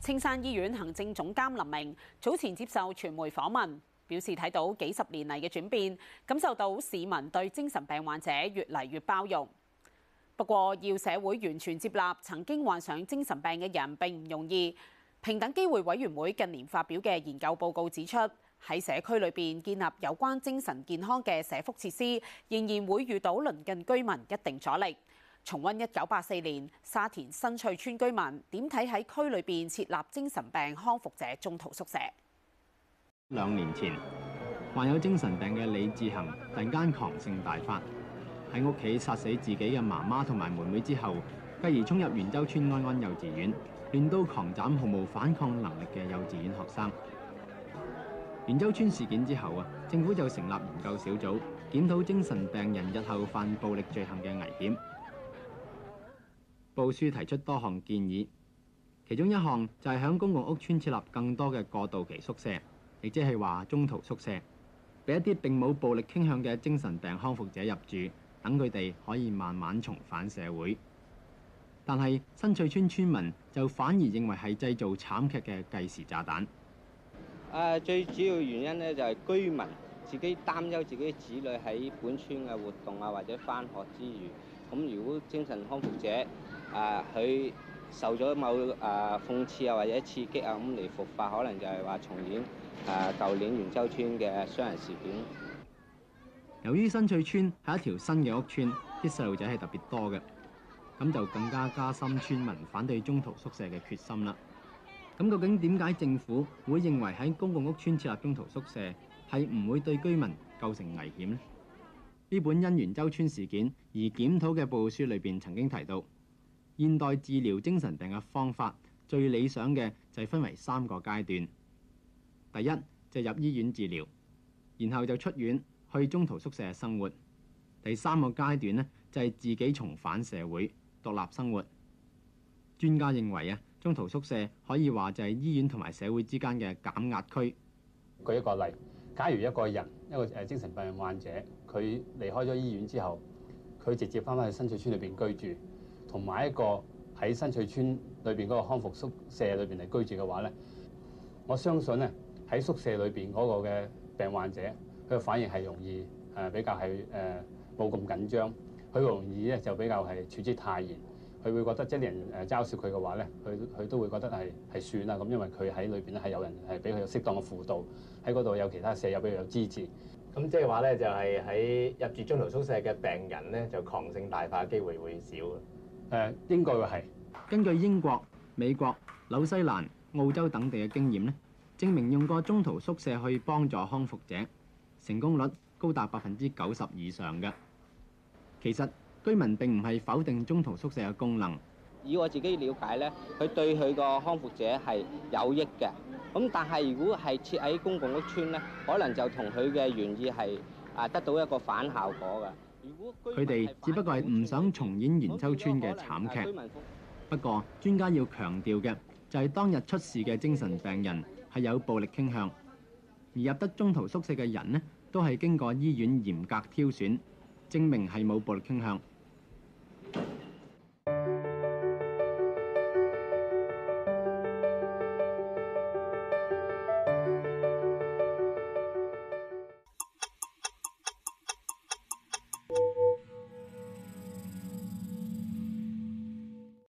青山醫院行政總監林明早前接受傳媒訪問，表示睇到幾十年嚟嘅轉變，感受到市民對精神病患者越嚟越包容。不過，要社會完全接納曾經患上精神病嘅人並唔容易。平等機會委員會近年發表嘅研究報告指出，喺社區裏邊建立有關精神健康嘅社福設施，仍然會遇到鄰近居民一定阻力。重溫1984年沙田新翠邨居民點睇喺區裏邊設立精神病康復者中途宿舍。 2年前，患有精神病嘅李志恒突然間狂性大發，喺屋企殺死自己嘅媽媽同埋妹妹之後，繼而衝入元洲邨安安幼稚園，亂刀狂斬毫無反抗能力嘅幼稚園學生。元洲邨事件之後政府就成立研究小組，檢討精神病人日後犯暴力罪行嘅危險。報書提出多項建議，其中一項就係響公共屋邨設立更多嘅過渡期宿舍，亦即係話中途宿舍，俾一啲並冇暴力傾向嘅精神病康復者入住，等佢哋可以慢慢重返社會。但係新翠邨村民就反而認為係製造慘劇嘅計時炸彈。 最主要原因咧就係居民自己擔憂自己子女喺本村嘅活動或者返學之餘，咁如果精神康復者佢受咗某諷刺或者刺激咁嚟復發，可能就係話重演舊年元洲邨嘅傷人事件。 由於新翠邨係一條新嘅屋邨，啲細路仔係特別多嘅，咁就更加加深村民反對中途宿舍嘅決心啦。咁究竟點解政府會認為喺公共屋邨設立中途宿舍係唔會對居民構成危險呢？呢本因元洲邨事件而檢討嘅報告書裏邊曾經提到，現代治療精神病嘅方法最理想嘅就係分為3個階段。第一就入醫院治療，然後就出院去中途宿舍生活。第3個階段呢，就係自己重返社會獨立生活。專家認為中途宿舍可以話就係醫院同埋社會之間嘅減壓區。 舉一個例，假如一個人一個精神病患者，佢離開咗醫院之後，佢直接翻返去新翠邨裏邊居住，同埋一個喺新翠邨裏邊嗰個康復宿舍裏邊嚟居住嘅話咧，我相信咧喺宿舍裏邊嗰個嘅病患者，佢嘅反應係容易比較係冇咁緊張，佢容易咧就比較係處之泰然。佢會覺得即係啲人嘲笑佢嘅話咧，佢都會覺得係算啦咁，因為佢喺裏邊咧係有人係俾佢有適當嘅輔導，喺嗰度有其他舍友俾佢有支持。 咁即係話咧，就係喺入住中途宿舍嘅病人咧，就狂性大發嘅機會會少嘅。 應該會係。 根據英國、美國、紐西蘭、澳洲等地嘅經驗咧，證明用過中途宿舍去幫助康復者，成功率高達90%以上嘅。其實居民並唔係否定中途宿舍嘅功能。 以我自己了解咧，佢對佢個康復者係有益嘅。咁但係如果係設喺公共屋邨咧，可能就同佢嘅原意係得到一個反效果嘅。如果佢哋只不過係唔想重演元洲邨嘅慘劇。不過專家要強調嘅就係當日出事嘅精神病人係有暴力傾向，而入得中途宿舍嘅人呢，都係經過醫院嚴格挑選，證明係冇暴力傾向。